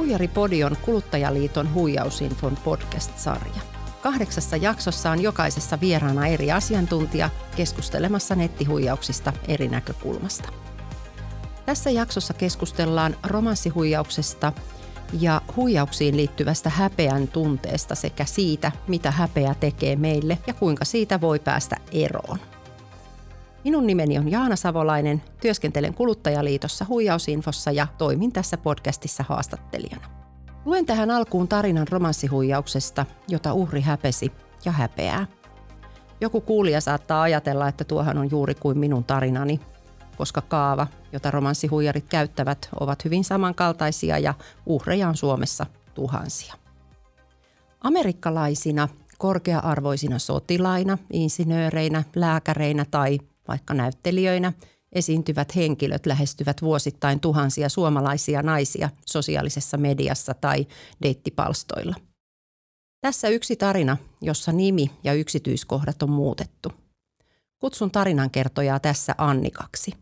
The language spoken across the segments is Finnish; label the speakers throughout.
Speaker 1: Huijaripodi on Kuluttajaliiton Huijausinfon podcast-sarja. 8 jaksossa on jokaisessa vieraana eri asiantuntija keskustelemassa nettihuijauksista eri näkökulmasta. Tässä jaksossa keskustellaan romanssihuijauksesta ja huijauksiin liittyvästä häpeän tunteesta sekä siitä, mitä häpeä tekee meille ja kuinka siitä voi päästä eroon. Minun nimeni on Jaana Savolainen, työskentelen Kuluttajaliitossa Huijausinfossa ja toimin tässä podcastissa haastattelijana. Luen tähän alkuun tarinan romanssihuijauksesta, jota uhri häpesi ja häpeää. Joku kuulija saattaa ajatella, että tuohan on juuri kuin minun tarinani, koska kaava, jota romanssihuijarit käyttävät, ovat hyvin samankaltaisia ja uhreja on Suomessa tuhansia. Amerikkalaisina, korkea-arvoisina sotilaina, insinööreinä, lääkäreinä tai vaikka näyttelijöinä esiintyvät henkilöt lähestyvät vuosittain tuhansia suomalaisia naisia sosiaalisessa mediassa tai deittipalstoilla. Tässä yksi tarina, jossa nimi ja yksityiskohdat on muutettu. Kutsun tarinankertojaa tässä Annikaksi.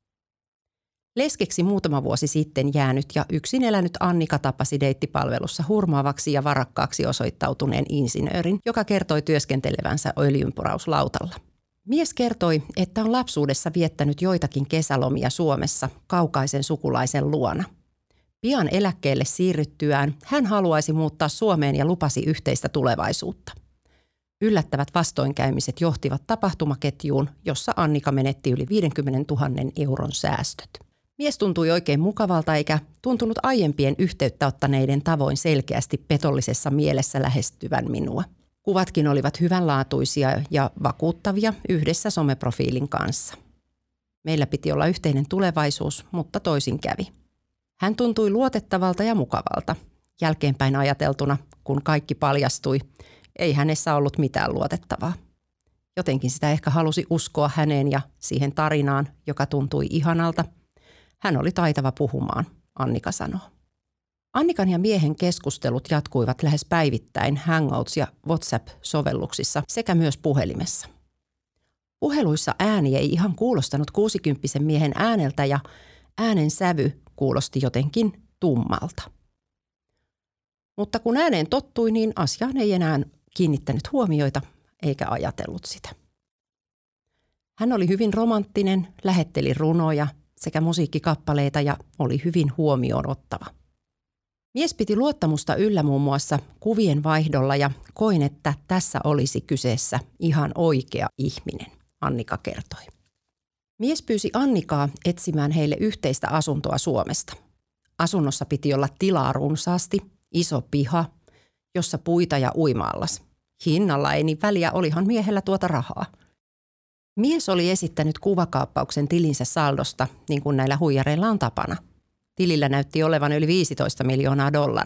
Speaker 1: Leskeksi muutama vuosi sitten jäänyt ja yksin elänyt Annika tapasi deittipalvelussa hurmaavaksi ja varakkaaksi osoittautuneen insinöörin, joka kertoi työskentelevänsä öljynporauslautalla. Mies kertoi, että on lapsuudessa viettänyt joitakin kesälomia Suomessa kaukaisen sukulaisen luona. Pian eläkkeelle siirryttyään hän haluaisi muuttaa Suomeen ja lupasi yhteistä tulevaisuutta. Yllättävät vastoinkäymiset johtivat tapahtumaketjuun, jossa Annika menetti yli 50 000 euron säästöt. Mies tuntui oikein mukavalta eikä tuntunut aiempien yhteyttä ottaneiden tavoin selkeästi petollisessa mielessä lähestyvän minua. Kuvatkin olivat hyvänlaatuisia ja vakuuttavia yhdessä someprofiilin kanssa. Meillä piti olla yhteinen tulevaisuus, mutta toisin kävi. Hän tuntui luotettavalta ja mukavalta. Jälkeenpäin ajateltuna, kun kaikki paljastui, ei hänessä ollut mitään luotettavaa. Jotenkin sitä ehkä halusi uskoa häneen ja siihen tarinaan, joka tuntui ihanalta. Hän oli taitava puhumaan, Annika sanoo. Annikan ja miehen keskustelut jatkuivat lähes päivittäin Hangouts- ja WhatsApp-sovelluksissa sekä myös puhelimessa. Puheluissa ääni ei ihan kuulostanut 60-vuotiaan miehen ääneltä ja äänen sävy kuulosti jotenkin tummalta. Mutta kun ääneen tottui, niin asiaan ei enää kiinnittänyt huomioita eikä ajatellut sitä. Hän oli hyvin romanttinen, lähetteli runoja sekä musiikkikappaleita ja oli hyvin huomioon ottava. Mies piti luottamusta yllä muun muassa kuvien vaihdolla ja koin, että tässä olisi kyseessä ihan oikea ihminen, Annika kertoi. Mies pyysi Annikaa etsimään heille yhteistä asuntoa Suomesta. Asunnossa piti olla tilaa runsaasti, iso piha, jossa puita ja uima-allas. Hinnalla ei niin väliä, olihan miehellä tuota rahaa. Mies oli esittänyt kuvakaappauksen tilinsä saldosta, niin kuin näillä huijareilla on tapana. Tilillä näytti olevan yli $15 miljoonaa.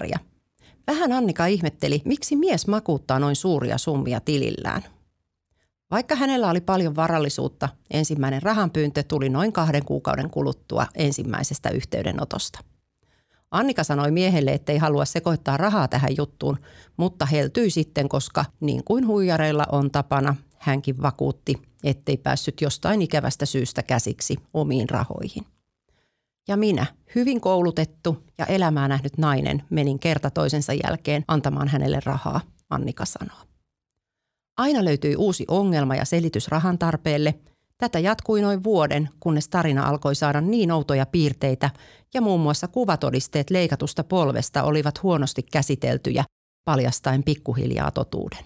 Speaker 1: Vähän Annika ihmetteli, miksi mies makuuttaa noin suuria summia tilillään. Vaikka hänellä oli paljon varallisuutta, ensimmäinen rahanpyyntö tuli noin 2 kuukauden kuluttua ensimmäisestä yhteydenotosta. Annika sanoi miehelle, ettei halua sekoittaa rahaa tähän juttuun, mutta heltyi sitten, koska niin kuin huijareilla on tapana, hänkin vakuutti, ettei päässyt jostain ikävästä syystä käsiksi omiin rahoihin. Ja minä, hyvin koulutettu ja elämää nähnyt nainen, menin kerta toisensa jälkeen antamaan hänelle rahaa, Annika sanoo. Aina löytyi uusi ongelma ja selitys rahan tarpeelle. Tätä jatkui noin vuoden, kunnes tarina alkoi saada niin outoja piirteitä ja muun muassa kuvatodisteet leikatusta polvesta olivat huonosti käsiteltyjä, paljastaen pikkuhiljaa totuuden.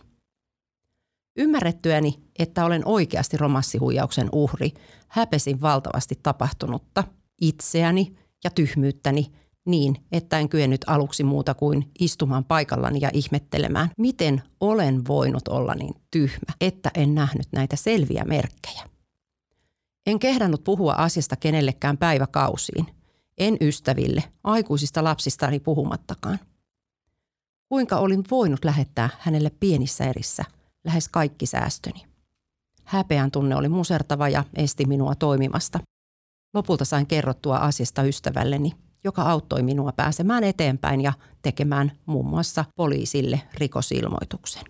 Speaker 1: Ymmärrettyäni, että olen oikeasti romanssihuijauksen uhri, häpesin valtavasti tapahtunutta, itseäni ja tyhmyyttäni niin, että en kyennyt aluksi muuta kuin istumaan paikallani ja ihmettelemään, miten olen voinut olla niin tyhmä, että en nähnyt näitä selviä merkkejä. En kehdannut puhua asiasta kenellekään päiväkausiin, en ystäville, aikuisista lapsistani puhumattakaan. Kuinka olin voinut lähettää hänelle pienissä erissä lähes kaikki säästöni? Häpeän tunne oli musertava ja esti minua toimimasta. Lopulta sain kerrottua asiasta ystävälleni, joka auttoi minua pääsemään eteenpäin ja tekemään muun muassa poliisille rikosilmoituksen.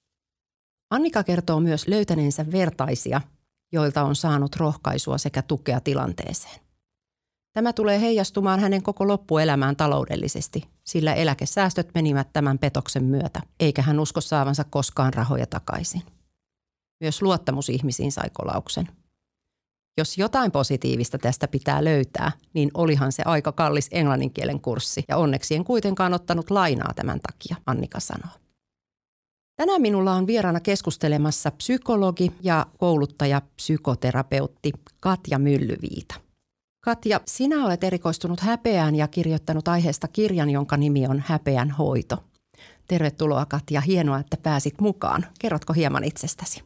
Speaker 1: Annika kertoo myös löytäneensä vertaisia, joilta on saanut rohkaisua sekä tukea tilanteeseen. Tämä tulee heijastumaan hänen koko loppuelämään taloudellisesti, sillä eläkesäästöt menivät tämän petoksen myötä, eikä hän usko saavansa koskaan rahoja takaisin. Myös luottamus ihmisiin sai kolauksen. Jos jotain positiivista tästä pitää löytää, niin olihan se aika kallis englannin kielen kurssi ja onneksi en kuitenkaan ottanut lainaa tämän takia, Annika sanoo. Tänään minulla on vieraana keskustelemassa psykologi ja kouluttaja psykoterapeutti Katja Myllyviita. Katja, sinä olet erikoistunut häpeään ja kirjoittanut aiheesta kirjan, jonka nimi on Häpeän hoito. Tervetuloa Katja, hienoa, että pääsit mukaan. Kerrotko hieman itsestäsi?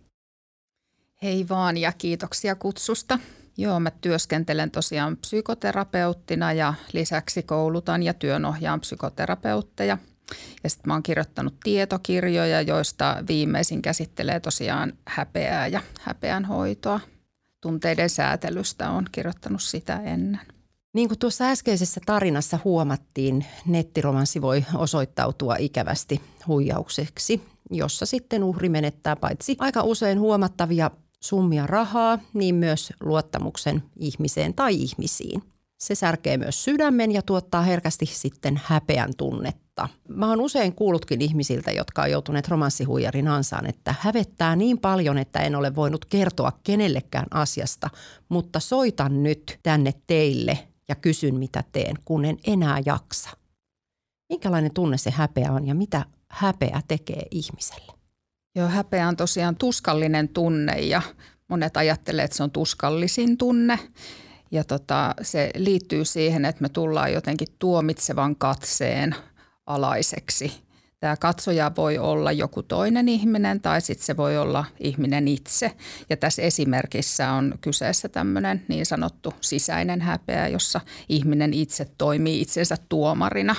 Speaker 2: Hei vaan ja kiitoksia kutsusta. Joo, mä työskentelen tosiaan psykoterapeuttina ja lisäksi koulutan ja työnohjaan psykoterapeutteja. Ja sitten mä oon kirjoittanut tietokirjoja, joista viimeisin käsittelee tosiaan häpeää ja häpeän hoitoa. Tunteiden säätelystä on kirjoittanut sitä ennen.
Speaker 1: Niin kuin tuossa äskeisessä tarinassa huomattiin, nettiromanssi voi osoittautua ikävästi huijaukseksi, jossa sitten uhri menettää paitsi aika usein huomattavia summia rahaa, niin myös luottamuksen ihmiseen tai ihmisiin. Se särkee myös sydämen ja tuottaa herkästi sitten häpeän tunnetta. Mä oon usein kuullutkin ihmisiltä, jotka on joutuneet romanssihuijarin ansaan, että hävettää niin paljon, että en ole voinut kertoa kenellekään asiasta, mutta soitan nyt tänne teille ja kysyn mitä teen, kun en enää jaksa. Minkälainen tunne se häpeä on ja mitä häpeä tekee ihmiselle?
Speaker 2: Joo, häpeä on tosiaan tuskallinen tunne ja monet ajattelee, että se on tuskallisin tunne. Ja se liittyy siihen, että me tullaan jotenkin tuomitsevan katseen alaiseksi. Tämä katsoja voi olla joku toinen ihminen tai sitten se voi olla ihminen itse. Ja tässä esimerkissä on kyseessä tämmöinen niin sanottu sisäinen häpeä, jossa ihminen itse toimii itsensä tuomarina.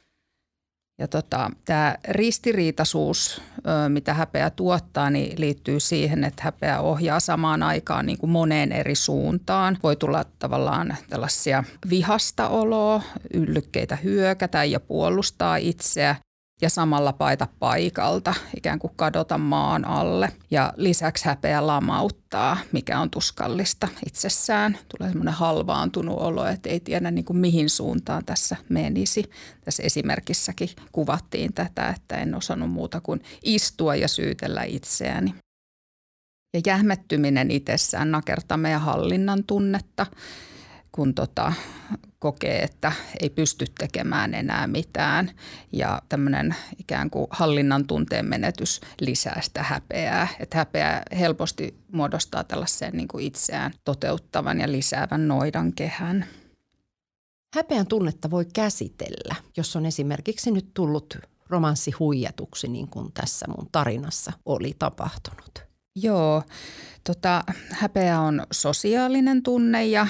Speaker 2: Ja tämä ristiriitaisuus, mitä häpeä tuottaa, niin liittyy siihen, että häpeä ohjaa samaan aikaan niin kuin moneen eri suuntaan. Voi tulla tavallaan tällaisia vihasta oloa, yllykkeitä hyökätä ja puolustaa itseä ja samalla paeta paikalta, ikään kuin kadota maan alle. Ja lisäksi häpeä lamauttaa, mikä on tuskallista itsessään. Tulee semmoinen halvaantunut olo, että ei tiedä niin kuin mihin suuntaan tässä menisi. Tässä esimerkissäkin kuvattiin tätä, että en osannut muuta kuin istua ja syytellä itseäni. Ja jähmettyminen itsessään nakertaa meidän hallinnan tunnetta, kun kokee, että ei pysty tekemään enää mitään ja tämmöinen ikään kuin hallinnan tunteen menetys lisää sitä häpeää. Että häpeä helposti muodostaa tällaisen niin kuin itseään toteuttavan ja lisäävän noidankehän.
Speaker 1: Häpeän tunnetta voi käsitellä, jos on esimerkiksi nyt tullut romanssi huijatuksi, niin kuin tässä mun tarinassa oli tapahtunut.
Speaker 2: Joo, häpeä on sosiaalinen tunne ja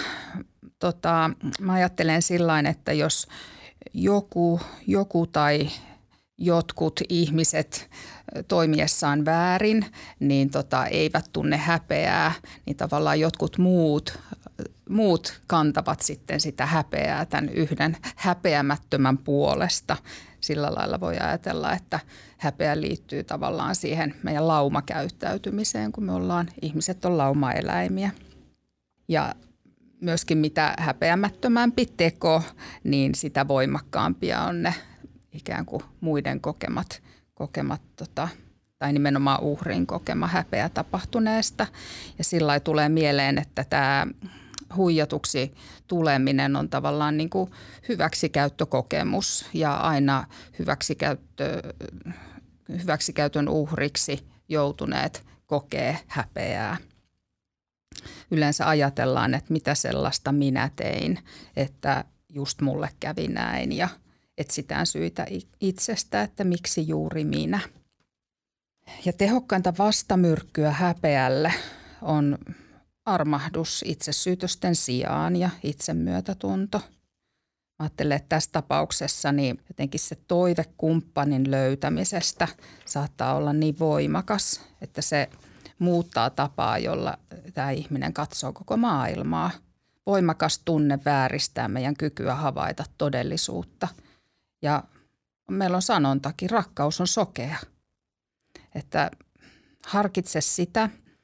Speaker 2: mä ajattelen sillain, että jos joku tai jotkut ihmiset toimiessaan väärin, niin eivät tunne häpeää, niin tavallaan jotkut muut kantavat sitten sitä häpeää tämän yhden häpeämättömän puolesta. Sillä lailla voi ajatella, että häpeä liittyy tavallaan siihen meidän laumakäyttäytymiseen, kun ihmiset on laumaeläimiä. Ja myöskin mitä häpeämättömämpi teko, niin sitä voimakkaampia on ne ikään kuin muiden kokemat tai nimenomaan uhrin kokema häpeä tapahtuneesta. Ja sillä lailla tulee mieleen, että tämä huijatuksi tuleminen on tavallaan niin kuin hyväksikäyttökokemus ja aina hyväksikäytön uhriksi joutuneet kokee häpeää. Yleensä ajatellaan, että mitä sellaista minä tein, että just mulle kävi näin ja etsitään syitä itsestä, että miksi juuri minä. Ja tehokkainta vastamyrkkyä häpeälle on armahdus itsesyytösten sijaan ja itsemyötätunto. Ajattelen, että tässä tapauksessa niin jotenkin se toive kumppanin löytämisestä saattaa olla niin voimakas, että se muuttaa tapaa, jolla tämä ihminen katsoo koko maailmaa. Voimakas tunne vääristää meidän kykyä havaita todellisuutta. Ja meillä on sanontakin, rakkaus on sokea. Että harkitse sitä,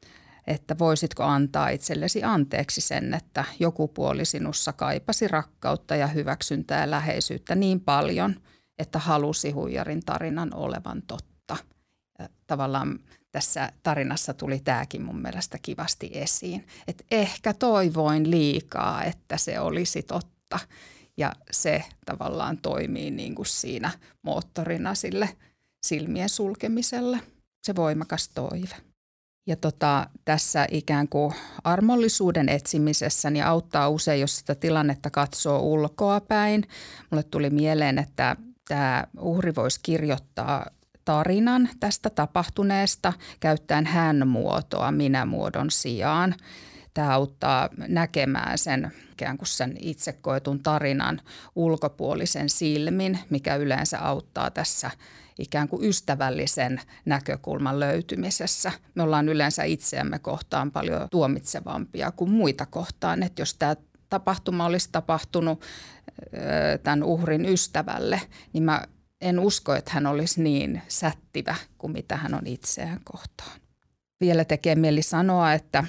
Speaker 2: että voisitko antaa itsellesi anteeksi sen, että joku puoli sinussa kaipasi rakkautta ja hyväksyntää ja läheisyyttä niin paljon, että halusi huijarin tarinan olevan totta. Ja tavallaan tässä tarinassa tuli tämäkin mun mielestä kivasti esiin, että ehkä toivoin liikaa, että se olisi totta. Ja se tavallaan toimii niin kuin siinä moottorina sille silmien sulkemiselle, se voimakas toive. Ja tässä ikään kuin armollisuuden etsimisessä niin auttaa usein, jos sitä tilannetta katsoo ulkoa päin. Mulle tuli mieleen, että tämä uhri voisi kirjoittaa tarinan tästä tapahtuneesta käyttäen hän-muotoa minä-muodon sijaan. Tämä auttaa näkemään sen ikään kuin sen itse koetun tarinan ulkopuolisen silmin, mikä yleensä auttaa tässä ikään kuin ystävällisen näkökulman löytymisessä. Me ollaan yleensä itseämme kohtaan paljon tuomitsevampia kuin muita kohtaan. Että jos tämä tapahtuma olisi tapahtunut tämän uhrin ystävälle, niin mä en usko, että hän olisi niin sättivä kuin mitä hän on itseään kohtaan. Vielä tekee mieli sanoa, että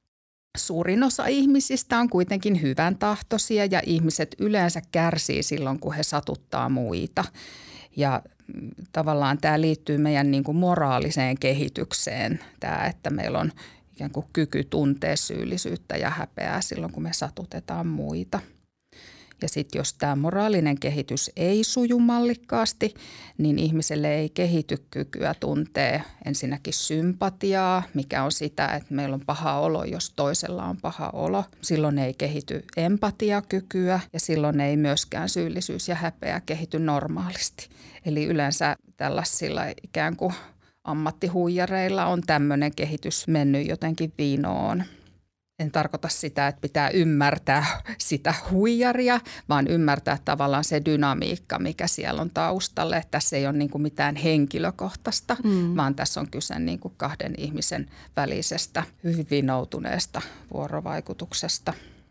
Speaker 2: suurin osa ihmisistä on kuitenkin hyvän tahtoisia ja ihmiset yleensä kärsii silloin, kun he satuttaa muita. Ja tavallaan tämä liittyy meidän niin kuin moraaliseen kehitykseen, tämä, että meillä on ikään kuin kyky tuntea syyllisyyttä ja häpeää silloin, kun me satutetaan muita. Ja sitten jos tämä moraalinen kehitys ei suju mallikkaasti, niin ihmiselle ei kehity kykyä tuntee ensinnäkin sympatiaa, mikä on sitä, että meillä on paha olo, jos toisella on paha olo. Silloin ei kehity empatiakykyä ja silloin ei myöskään syyllisyys ja häpeä kehity normaalisti. Eli yleensä tällaisilla ikään kuin ammattihuijareilla on tämmöinen kehitys mennyt jotenkin vinoon. En tarkoita sitä, että pitää ymmärtää sitä huijaria, vaan ymmärtää tavallaan se dynamiikka, mikä siellä on taustalle. Että tässä ei ole niin kuin mitään henkilökohtaista, vaan tässä on kyse niin kuin kahden ihmisen välisestä, hyvin vinoutuneesta vuorovaikutuksesta.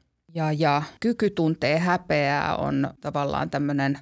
Speaker 2: Ja kyky tuntee häpeää on tavallaan tämmöinen,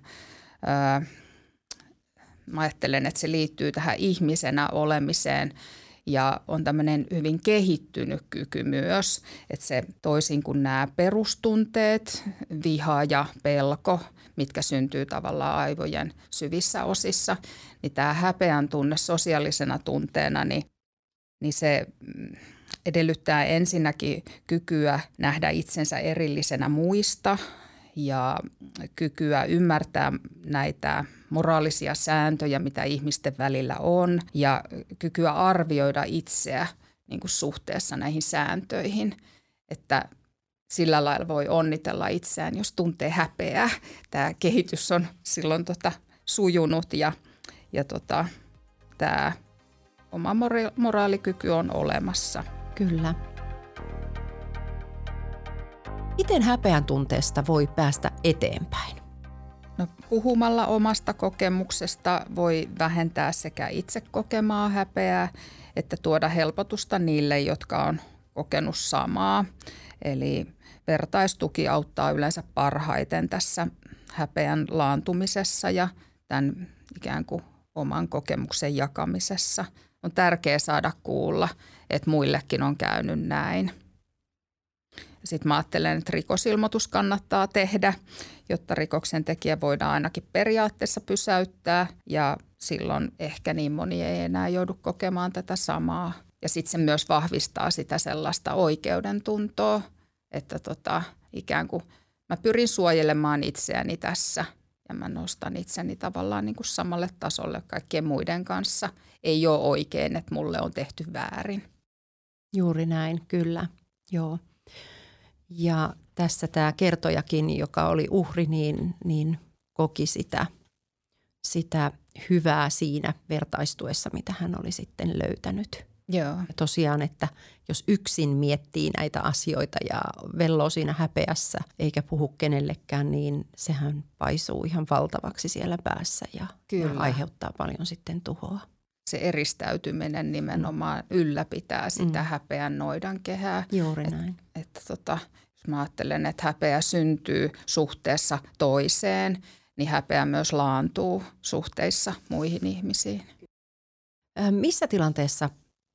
Speaker 2: mä ajattelen, että se liittyy tähän ihmisenä olemiseen. Ja on tämmöinen hyvin kehittynyt kyky myös, että se toisin kuin nämä perustunteet, viha ja pelko, mitkä syntyy tavallaan aivojen syvissä osissa, niin tämä häpeän tunne sosiaalisena tunteena, niin se edellyttää ensinnäkin kykyä nähdä itsensä erillisenä muista ja kykyä ymmärtää näitä moraalisia sääntöjä, mitä ihmisten välillä on, ja kykyä arvioida itseä niin kuin suhteessa näihin sääntöihin, että sillä lailla voi onnitella itseään, jos tuntee häpeää. Tämä kehitys on silloin sujunut ja tämä oma moraalikyky on olemassa.
Speaker 1: Kyllä. Miten häpeän tunteesta voi päästä eteenpäin?
Speaker 2: No, puhumalla omasta kokemuksesta voi vähentää sekä itse kokemaa häpeää että tuoda helpotusta niille, jotka on kokenut samaa. Eli vertaistuki auttaa yleensä parhaiten tässä häpeän laantumisessa ja tämän ikään kuin oman kokemuksen jakamisessa. On tärkeää saada kuulla, että muillekin on käynyt näin. Sitten mä ajattelen, että rikosilmoitus kannattaa tehdä, jotta rikoksen tekijä voidaan ainakin periaatteessa pysäyttää ja silloin ehkä niin moni ei enää joudu kokemaan tätä samaa. Ja sitten se myös vahvistaa sitä sellaista oikeudentuntoa, että ikään kuin mä pyrin suojelemaan itseäni tässä ja mä nostan itseni tavallaan niin kuin samalle tasolle kaikkien muiden kanssa. Ei ole oikein, että mulle on tehty väärin.
Speaker 1: Juuri näin, kyllä, joo. Ja tässä tämä kertojakin, joka oli uhri, niin koki sitä hyvää siinä vertaistuessa, mitä hän oli sitten löytänyt.
Speaker 2: Joo.
Speaker 1: Ja tosiaan, että jos yksin miettii näitä asioita ja velloo siinä häpeässä eikä puhu kenellekään, niin sehän paisuu ihan valtavaksi siellä päässä ja aiheuttaa paljon sitten tuhoa.
Speaker 2: Se eristäytyminen nimenomaan ylläpitää sitä häpeän noidankehää.
Speaker 1: Juuri näin.
Speaker 2: Jos mä ajattelen, että häpeä syntyy suhteessa toiseen, niin häpeä myös laantuu suhteissa muihin ihmisiin.
Speaker 1: Missä tilanteessa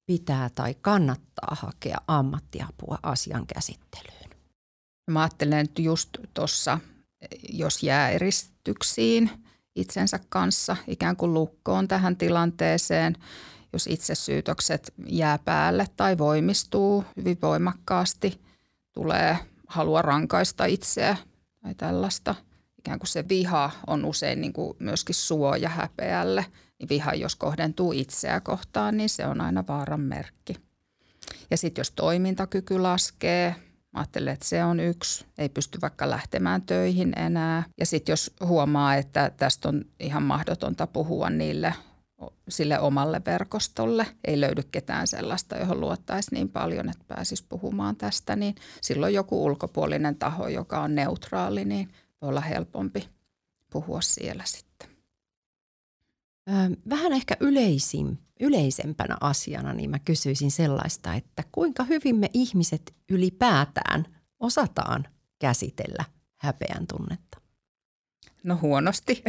Speaker 1: pitää tai kannattaa hakea ammattiapua asian käsittelyyn?
Speaker 2: Mä ajattelen, että just tuossa, jos jää eristyksiin itsensä kanssa ikään kuin lukkoon tähän tilanteeseen, jos itsesyytökset jää päälle tai voimistuu hyvin voimakkaasti, tulee halua rankaista itseä tai tällaista. Ikään kuin se viha on usein niin kuin myöskin suoja häpeälle. Niin viha, jos kohdentuu itseä kohtaan, niin se on aina vaaran merkki. Ja sitten jos toimintakyky laskee, mä ajattelen, että se on yksi. Ei pysty vaikka lähtemään töihin enää. Ja sitten jos huomaa, että tästä on ihan mahdotonta puhua sille omalle verkostolle, ei löydy ketään sellaista, johon luottaisi niin paljon, että pääsisi puhumaan tästä, niin silloin joku ulkopuolinen taho, joka on neutraali, niin voi olla helpompi puhua siellä sitten.
Speaker 1: Vähän ehkä yleisempänä asiana niin mä kysyisin sellaista, että kuinka hyvin me ihmiset ylipäätään osataan käsitellä häpeän tunnetta?
Speaker 2: No huonosti.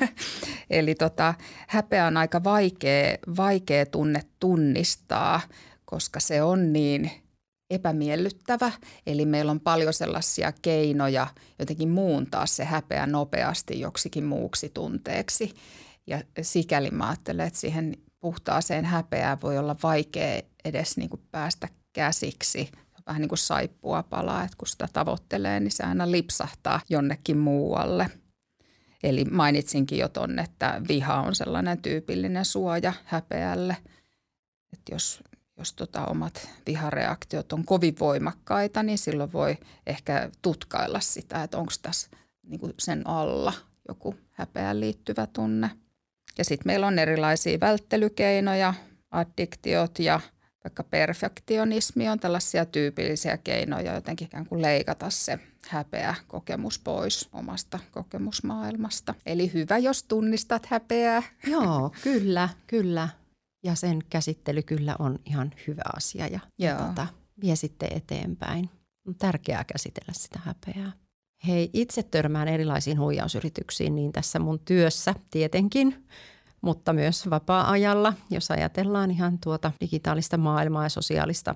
Speaker 2: Eli häpeä on aika vaikea tunne tunnistaa, koska se on niin epämiellyttävä. Eli meillä on paljon sellaisia keinoja jotenkin muuntaa se häpeä nopeasti joksikin muuksi tunteeksi. Ja sikäli mä ajattelen, että siihen puhtaaseen häpeään voi olla vaikea edes niin kuin päästä käsiksi. Vähän niin kuin saippua palaa, että kun sitä tavoittelee, niin se aina lipsahtaa jonnekin muualle. Eli mainitsinkin jo ton, että viha on sellainen tyypillinen suoja häpeälle. Että jos omat vihareaktiot on kovin voimakkaita, niin silloin voi ehkä tutkailla sitä, että onko tässä niin kuin sen alla joku häpeään liittyvä tunne. Ja sitten meillä on erilaisia välttelykeinoja, addiktiot ja vaikka perfektionismi on tällaisia tyypillisiä keinoja jotenkin ikään kuin leikata se häpeä kokemus pois omasta kokemusmaailmasta. Eli hyvä, jos tunnistat häpeää.
Speaker 1: Joo, kyllä. Ja sen käsittely kyllä on ihan hyvä asia ja vie sitten eteenpäin. On tärkeää käsitellä sitä häpeää. Hei, itse törmään erilaisiin huijausyrityksiin niin tässä mun työssä tietenkin, mutta myös vapaa-ajalla, jos ajatellaan ihan digitaalista maailmaa ja sosiaalista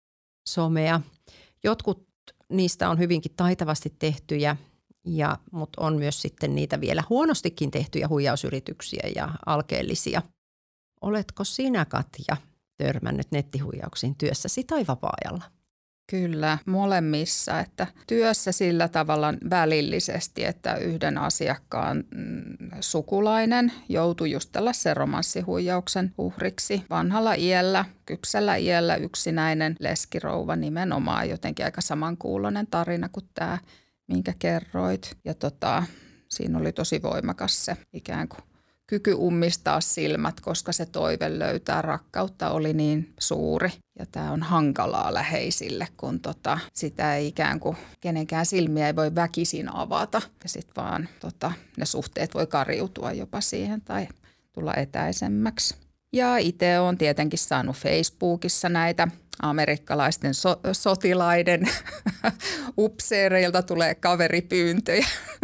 Speaker 1: somea. Jotkut niistä on hyvinkin taitavasti tehtyjä, mutta on myös sitten niitä vielä huonostikin tehtyjä huijausyrityksiä ja alkeellisia. Oletko sinä, Katja, törmännyt nettihuijauksiin työssäsi tai vapaa-ajalla?
Speaker 2: Kyllä, molemmissa, että työssä sillä tavalla välillisesti, että yhden asiakkaan sukulainen joutui just tällaisen romanssihuijauksen uhriksi siinä iällä, kypsällä iällä, yksinäinen leskirouva nimenomaan, jotenkin aika samankuuloinen tarina kuin tämä, minkä kerroit. Ja siinä oli tosi voimakas se ikään kuin kyky ummistaa silmät, koska se toive löytää rakkautta oli niin suuri. Ja tämä on hankalaa läheisille, kun sitä ei ikään kuin kenenkään silmiä ei voi väkisin avata. Ja sitten vaan ne suhteet voi kariutua jopa siihen tai tulla etäisemmäksi. Ja itse olen tietenkin saanut Facebookissa näitä amerikkalaisten sotilaiden upseereilta tulee kaveripyyntöjä.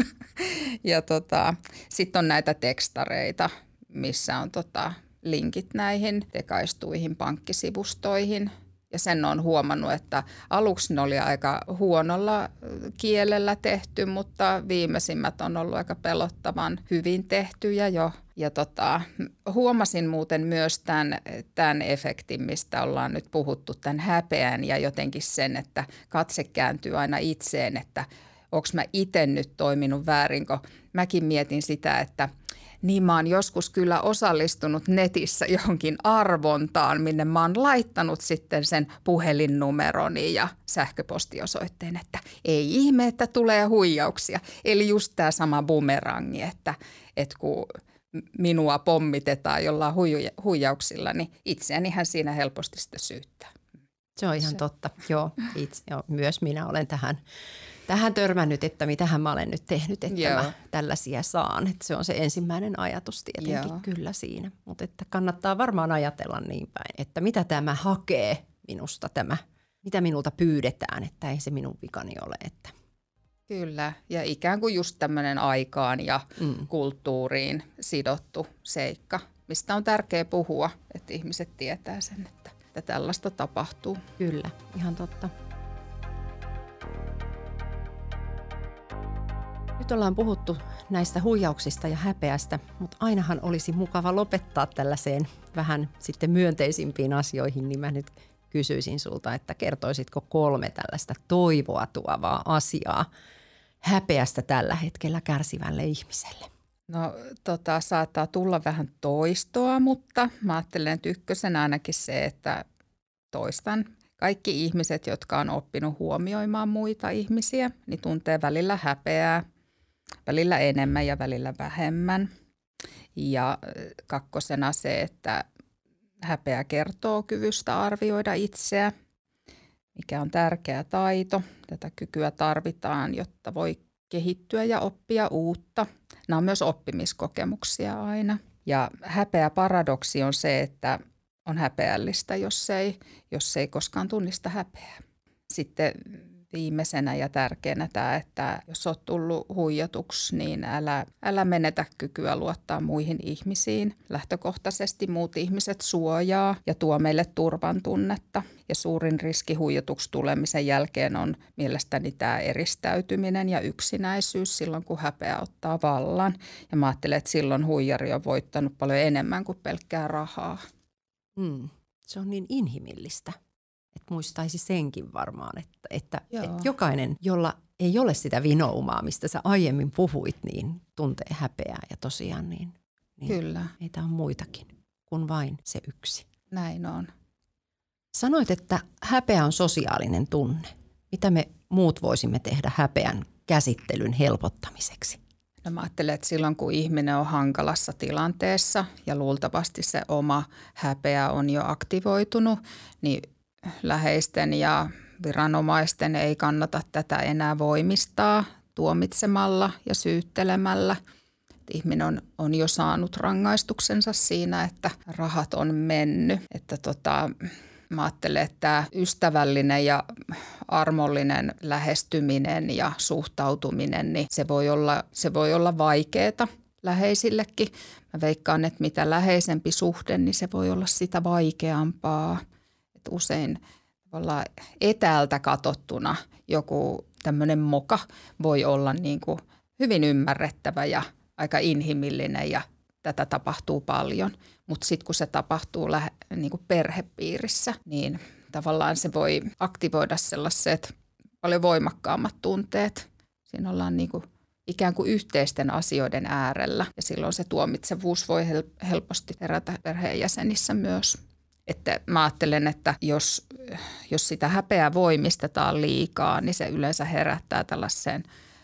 Speaker 2: Ja sitten on näitä tekstareita, missä on linkit näihin tekaistuihin pankkisivustoihin. Ja sen on huomannut, että aluksi ne oli aika huonolla kielellä tehty, mutta viimeisimmät on ollut aika pelottavan hyvin tehtyjä jo. Ja huomasin muuten myös tämän efektin, mistä ollaan nyt puhuttu, tämän häpeän ja jotenkin sen, että katse kääntyy aina itseen, että onko mä itse nyt toiminut väärin, kun mäkin mietin sitä, että niin mä oon joskus kyllä osallistunut netissä johonkin arvontaan, minne mä oon laittanut sitten sen puhelinnumeroni ja sähköpostiosoitteen, että ei ihme, että tulee huijauksia. Eli just tämä sama bumerangi, että kun minua pommitetaan jollain huijauksilla, niin itseänihän siinä helposti sitä syyttää.
Speaker 1: Se on ihan totta, joo. Myös minä olen tähän törmännyt, että mitähän mä olen nyt tehnyt, että mä tällaisia saan. Että se on se ensimmäinen ajatus tietenkin kyllä siinä. Mutta että kannattaa varmaan ajatella niin päin, että mitä tämä hakee minusta mitä minulta pyydetään, että ei se minun vikani ole. Että.
Speaker 2: Kyllä, ja ikään kuin just tämmöinen aikaan ja kulttuuriin sidottu seikka, mistä on tärkeää puhua, että ihmiset tietää sen, että että tällaista tapahtuu.
Speaker 1: Kyllä, ihan totta. Nyt ollaan puhuttu näistä huijauksista ja häpeästä, mutta ainahan olisi mukava lopettaa tällaiseen vähän sitten myönteisimpiin asioihin, niin mä nyt kysyisin sulta, että kertoisitko 3 tällaista toivoa tuovaa asiaa häpeästä tällä hetkellä kärsivälle ihmiselle?
Speaker 2: No saattaa tulla vähän toistoa, mutta mä ajattelen, että ykkösenä ainakin se, että toistan. Kaikki ihmiset, jotka on oppinut huomioimaan muita ihmisiä, niin tuntee välillä häpeää, välillä enemmän ja välillä vähemmän. Ja 2. se, että häpeä kertoo kyvystä arvioida itseä, mikä on tärkeä taito. Tätä kykyä tarvitaan, jotta voi kehittyä ja oppia uutta. Nämä on myös oppimiskokemuksia aina. Ja häpeäparadoksi on se, että on häpeällistä, jos ei koskaan tunnista häpeää. Sitten viimeisenä ja tärkeänä tämä, että jos olet tullut huijatuksi, niin älä menetä kykyä luottaa muihin ihmisiin. Lähtökohtaisesti muut ihmiset suojaa ja tuo meille turvan tunnetta. Ja suurin riski huijatuksi tulemisen jälkeen on mielestäni tämä eristäytyminen ja yksinäisyys silloin, kun häpeä ottaa vallan. Ja mä ajattelen, että silloin huijari on voittanut paljon enemmän kuin pelkkää rahaa.
Speaker 1: Se on niin inhimillistä. Että muistaisi senkin varmaan, että jokainen, jolla ei ole sitä vinoumaa, mistä sä aiemmin puhuit, niin tuntee häpeää ja tosiaan niin
Speaker 2: Kyllä.
Speaker 1: Meitä on muitakin kuin vain se yksi.
Speaker 2: Näin on.
Speaker 1: Sanoit, että häpeä on sosiaalinen tunne. Mitä me muut voisimme tehdä häpeän käsittelyn helpottamiseksi?
Speaker 2: No mä ajattelen, että silloin kun ihminen on hankalassa tilanteessa ja luultavasti se oma häpeä on jo aktivoitunut, niin läheisten ja viranomaisten ei kannata tätä enää voimistaa tuomitsemalla ja syyttelemällä. Ihminen on jo saanut rangaistuksensa siinä, että rahat on mennyt. Että mä ajattelen, että tämä ystävällinen ja armollinen lähestyminen ja suhtautuminen, niin se voi olla vaikeaa läheisillekin. Mä veikkaan, että mitä läheisempi suhde, niin se voi olla sitä vaikeampaa. Että usein tavallaan etäältä katsottuna joku tämmöinen moka voi olla niin kuin hyvin ymmärrettävä ja aika inhimillinen ja tätä tapahtuu paljon. Mutta sitten kun se tapahtuu niin kuin perhepiirissä, niin tavallaan se voi aktivoida sellaiset paljon voimakkaammat tunteet. Siinä ollaan niin kuin ikään kuin yhteisten asioiden äärellä ja silloin se tuomitsevuus voi helposti herätä perheenjäsenissä myös. Että mä ajattelen, että jos sitä häpeää voimistetaan liikaa, niin se yleensä herättää tällaisen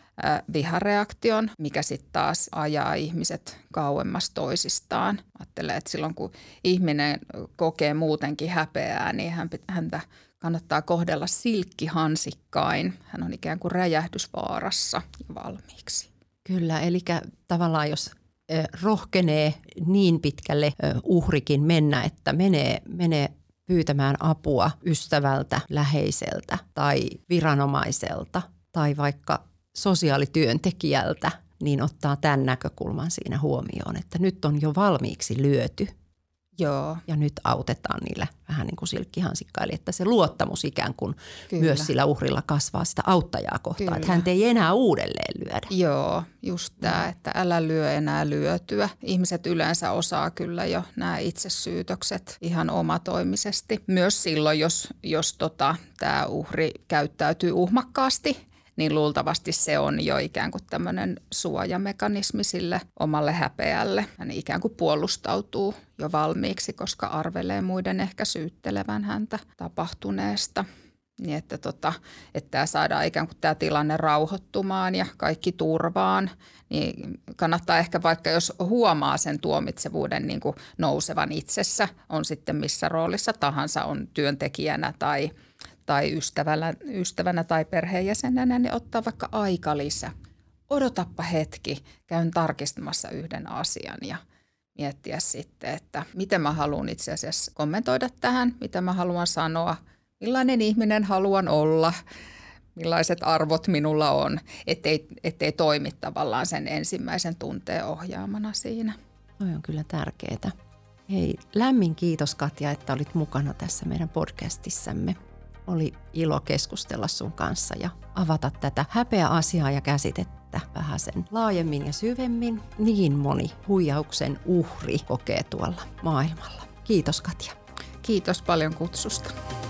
Speaker 2: vihareaktion, mikä sitten taas ajaa ihmiset kauemmas toisistaan. Ajattelen, että silloin kun ihminen kokee muutenkin häpeää, niin häntä kannattaa kohdella silkkihansikkain. Hän on ikään kuin räjähdysvaarassa jo valmiiksi.
Speaker 1: Kyllä, eli tavallaan jos rohkenee niin pitkälle uhrikin mennä, että menee pyytämään apua ystävältä, läheiseltä tai viranomaiselta tai vaikka sosiaalityöntekijältä, niin ottaa tämän näkökulman siinä huomioon, että nyt on jo valmiiksi lyöty.
Speaker 2: Joo.
Speaker 1: Ja nyt autetaan niillä vähän niin kuin silkkihansikkailla, että se luottamus ikään kuin myös sillä uhrilla kasvaa sitä auttajaa kohtaan, että hän ei enää uudelleen lyödä.
Speaker 2: Joo, just tämä, että älä lyö enää lyötyä. Ihmiset yleensä osaa kyllä jo nämä itsesyytökset ihan omatoimisesti. Myös silloin, jos tämä uhri käyttäytyy uhmakkaasti, niin luultavasti se on jo ikään kuin tämmöinen suojamekanismi sille omalle häpeälle. Hän ikään kuin puolustautuu jo valmiiksi, koska arvelee muiden ehkä syyttelevän häntä tapahtuneesta. Niin että tämä saadaan ikään kuin tämä tilanne rauhoittumaan ja kaikki turvaan, niin kannattaa ehkä vaikka jos huomaa sen tuomitsevuuden niin kuin nousevan itsessä, on sitten missä roolissa tahansa, on työntekijänä tai ystävänä tai perheenjäsenenä, niin ottaa vaikka aikalisä. Odotappa hetki, käyn tarkistamassa yhden asian ja miettiä sitten, että miten mä haluan itse asiassa kommentoida tähän, mitä mä haluan sanoa, millainen ihminen haluan olla, millaiset arvot minulla on, ettei toimi tavallaan sen ensimmäisen tunteen ohjaamana siinä.
Speaker 1: Toi on kyllä tärkeää. Hei, lämmin kiitos Katja, että olit mukana tässä meidän podcastissamme. Oli ilo keskustella sun kanssa ja avata tätä häpeä asiaa ja käsitettä vähän sen laajemmin ja syvemmin. Niin moni huijauksen uhri kokee tuolla maailmalla. Kiitos Katja.
Speaker 2: Kiitos paljon kutsusta.